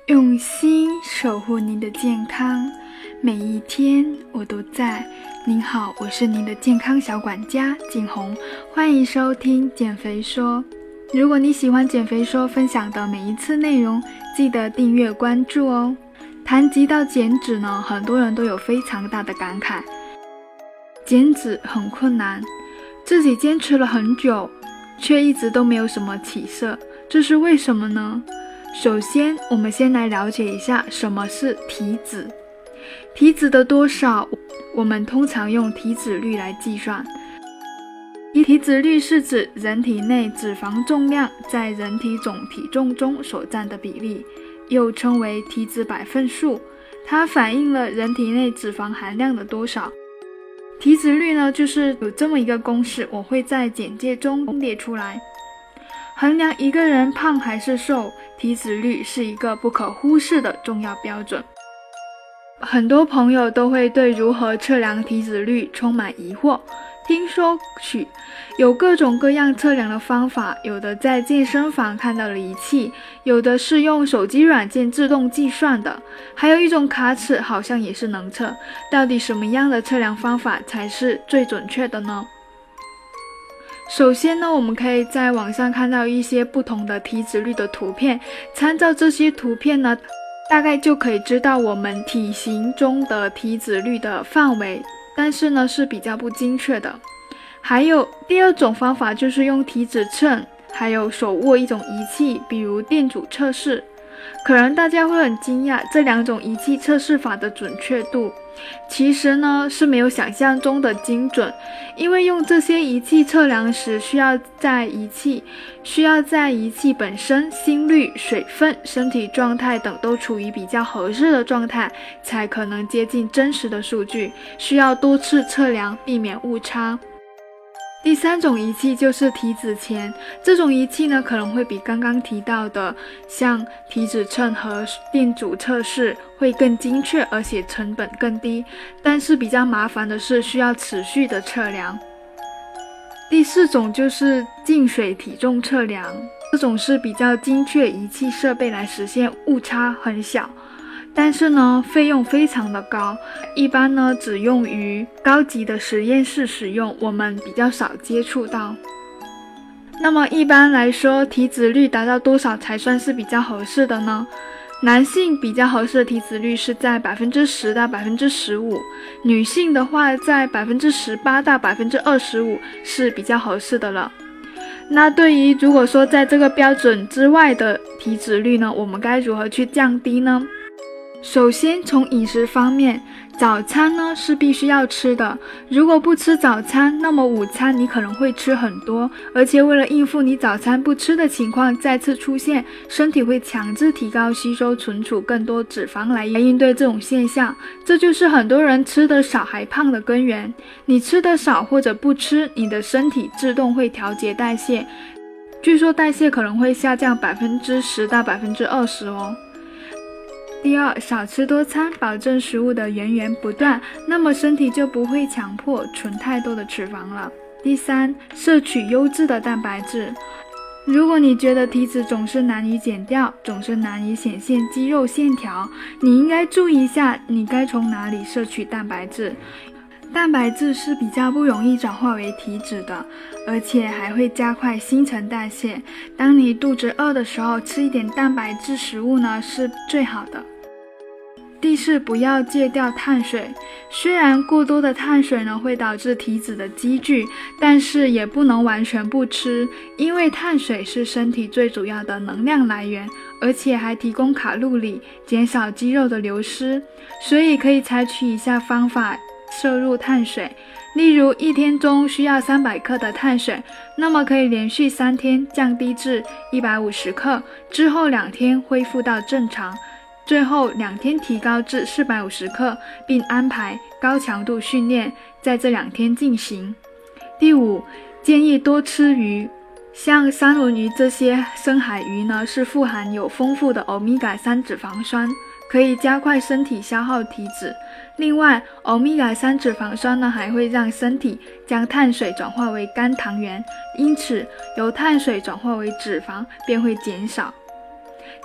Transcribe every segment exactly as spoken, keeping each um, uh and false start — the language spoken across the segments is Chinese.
用心守护您的健康，每一天我都在。您好，我是您的健康小管家景红，欢迎收听减肥说。如果你喜欢减肥说分享的每一次内容，记得订阅关注哦。谈及到减脂呢，很多人都有非常大的感慨，减脂很困难，自己坚持了很久，却一直都没有什么起色，这是为什么呢？首先，我们先来了解一下什么是体脂。体脂的多少，我们通常用体脂率来计算。体脂率是指人体内脂肪重量在人体总体重中所占的比例，又称为体脂百分数，它反映了人体内脂肪含量的多少。体脂率呢，就是有这么一个公式，我会在简介中列出来。衡量一个人胖还是瘦，体脂率是一个不可忽视的重要标准。很多朋友都会对如何测量体脂率充满疑惑，听说许有各种各样测量的方法，有的在健身房看到的仪器，有的是用手机软件自动计算的，还有一种卡尺好像也是能测。到底什么样的测量方法才是最准确的呢？首先呢，我们可以在网上看到一些不同的体脂率的图片，参照这些图片呢，大概就可以知道我们体型中的体脂率的范围，但是呢是比较不精确的。还有第二种方法，就是用体脂秤，还有手握一种仪器，比如电阻测试。可能大家会很惊讶，这两种仪器测试法的准确度其实呢是没有想象中的精准，因为用这些仪器测量时，需要在仪器需要在仪器本身、心率、水分、身体状态等都处于比较合适的状态，才可能接近真实的数据，需要多次测量，避免误差。第三种仪器就是体脂钳，这种仪器呢可能会比刚刚提到的像体脂秤和电阻测试会更精确，而且成本更低，但是比较麻烦的是需要持续的测量。第四种就是净水体重测量，这种是比较精确仪器设备来实现误差很小，但是呢费用非常的高，一般呢只用于高级的实验室使用，我们比较少接触到。那么一般来说，体脂率达到多少才算是比较合适的呢？男性比较合适的体脂率是在 百分之十 到 百分之十五， 女性的话在 百分之十八 到 百分之二十五 是比较合适的了。那对于如果说在这个标准之外的体脂率呢，我们该如何去降低呢？首先从饮食方面，早餐呢是必须要吃的，如果不吃早餐，那么午餐你可能会吃很多，而且为了应付你早餐不吃的情况再次出现，身体会强制提高吸收存储更多脂肪来应对这种现象，这就是很多人吃得少还胖的根源。你吃得少或者不吃，你的身体自动会调节代谢，据说代谢可能会下降 百分之十 到 百分之二十 哦。第二，少吃多餐，保证食物的源源不断，那么身体就不会强迫存太多的脂肪了。第三，摄取优质的蛋白质。如果你觉得体脂总是难以减掉，总是难以显现肌肉线条，你应该注意一下你该从哪里摄取蛋白质。蛋白质是比较不容易转化为体脂的，而且还会加快新陈代谢。当你肚子饿的时候，吃一点蛋白质食物呢是最好的。第四，不要戒掉碳水。虽然过多的碳水呢会导致体脂的积聚，但是也不能完全不吃，因为碳水是身体最主要的能量来源，而且还提供卡路里，减少肌肉的流失，所以可以采取以下方法摄入碳水。例如一天中需要三百克的碳水，那么可以连续三天降低至一百五十克，之后两天恢复到正常，最后两天提高至四百五十克，并安排高强度训练在这两天进行。第五，建议多吃鱼，像三文鱼这些深海鱼呢是富含有丰富的欧米伽三脂肪酸，可以加快身体消耗体脂。另外，欧米伽三脂肪酸呢还会让身体将碳水转化为肝糖原，因此由碳水转化为脂肪便会减少。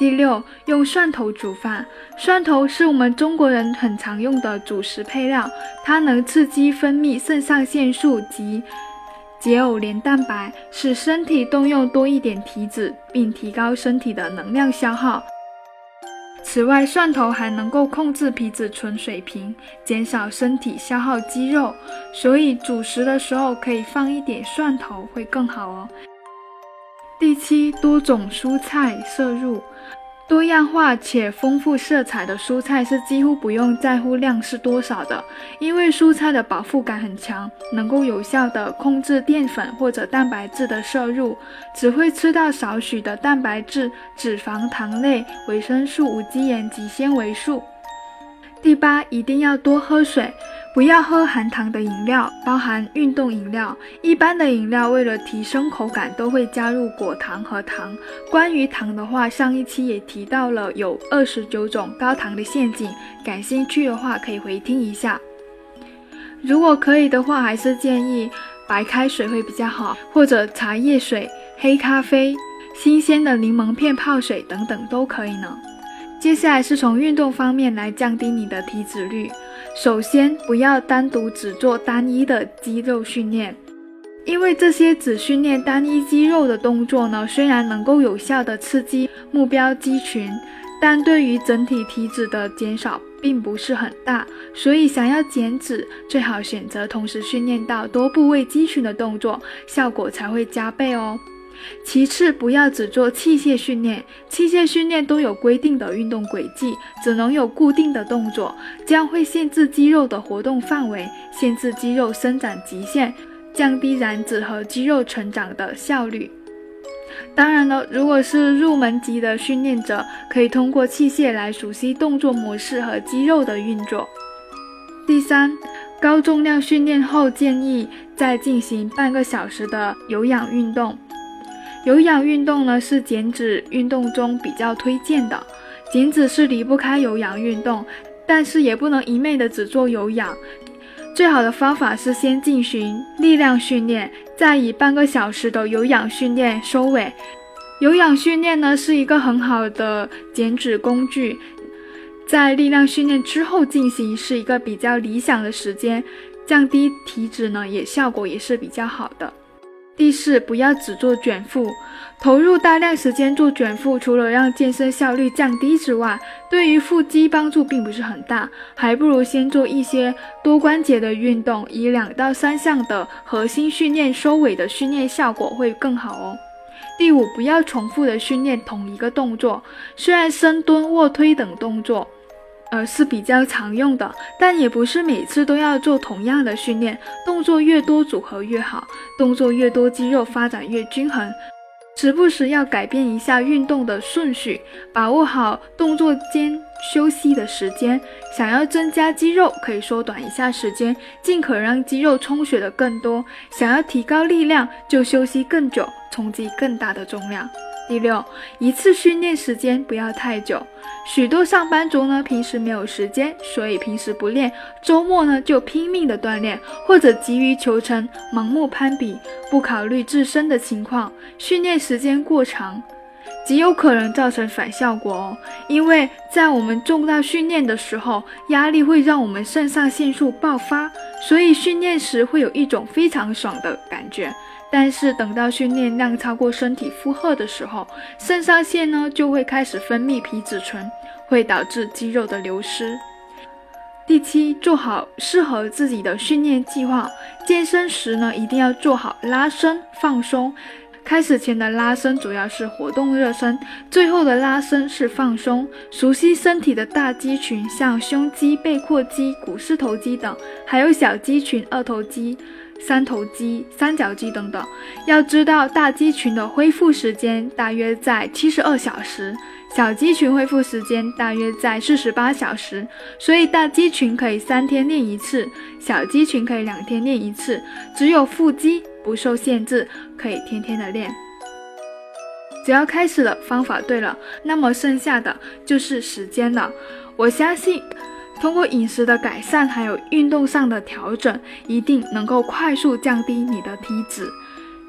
第六，用蒜头煮饭。蒜头是我们中国人很常用的主食配料，它能刺激分泌肾上腺素及解偶联蛋白，使身体动用多一点体脂，并提高身体的能量消耗。此外，蒜头还能够控制皮质醇水平，减少身体消耗肌肉，所以煮食的时候可以放一点蒜头会更好哦。第七，多种蔬菜摄入。多样化且丰富色彩的蔬菜是几乎不用在乎量是多少的，因为蔬菜的饱腹感很强，能够有效地控制淀粉或者蛋白质的摄入，只会吃到少许的蛋白质、脂肪、糖类、维生素、无机盐及纤维素。第八，一定要多喝水，不要喝含糖的饮料，包含运动饮料。一般的饮料为了提升口感都会加入果糖和糖。关于糖的话，上一期也提到了有二十九种高糖的陷阱，感兴趣的话可以回听一下。如果可以的话，还是建议白开水会比较好，或者茶叶水、黑咖啡、新鲜的柠檬片泡水等等都可以呢。接下来是从运动方面来降低你的体脂率。首先，不要单独只做单一的肌肉训练，因为这些只训练单一肌肉的动作呢，虽然能够有效的刺激目标肌群，但对于整体体脂的减少并不是很大，所以想要减脂，最好选择同时训练到多部位肌群的动作，效果才会加倍哦。其次，不要只做器械训练，器械训练都有规定的运动轨迹，只能有固定的动作，这样会限制肌肉的活动范围，限制肌肉伸展极限，降低燃脂和肌肉成长的效率。当然了，如果是入门级的训练者，可以通过器械来熟悉动作模式和肌肉的运作。第三，高重量训练后建议再进行半个小时的有氧运动。有氧运动呢是减脂运动中比较推荐的，减脂是离不开有氧运动，但是也不能一昧的只做有氧。最好的方法是先进行力量训练，再以半个小时的有氧训练收尾。有氧训练呢是一个很好的减脂工具，在力量训练之后进行是一个比较理想的时间，降低体脂呢也效果也是比较好的。第四，不要只做卷腹。投入大量时间做卷腹，除了让健身效率降低之外，对于腹肌帮助并不是很大，还不如先做一些多关节的运动，以两到三项的核心训练收尾的训练效果会更好哦。第五，不要重复的训练同一个动作，虽然深蹲、卧推等动作呃，是比较常用的，但也不是每次都要做同样的训练，动作越多组合越好，动作越多肌肉发展越均衡，时不时要改变一下运动的顺序，把握好动作间休息的时间。想要增加肌肉，可以缩短一下时间，尽可让肌肉充血的更多。想要提高力量，就休息更久，冲击更大的重量。第六，一次训练时间不要太久。许多上班族呢，平时没有时间，所以平时不练，周末呢就拼命的锻炼，或者急于求成，盲目攀比，不考虑自身的情况，训练时间过长，极有可能造成反效果哦。因为在我们重大训练的时候，压力会让我们肾上腺素爆发，所以训练时会有一种非常爽的感觉。但是等到训练量超过身体负荷的时候，肾上腺呢就会开始分泌皮质醇，会导致肌肉的流失。第七，做好适合自己的训练计划。健身时呢，一定要做好拉伸、放松。开始前的拉伸主要是活动热身，最后的拉伸是放松。熟悉身体的大肌群，像胸肌、背阔肌、股四头肌等，还有小肌群、二头肌、三头肌、三角肌等等。要知道大肌群的恢复时间大约在七十二小时，小肌群恢复时间大约在四十八小时，所以大肌群可以三天练一次，小肌群可以两天练一次，只有腹肌不受限制，可以天天的练。只要开始了，方法对了，那么剩下的就是时间了。我相信通过饮食的改善还有运动上的调整，一定能够快速降低你的体脂。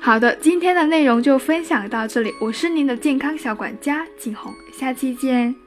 好的，今天的内容就分享到这里，我是您的健康小管家景红，下期见。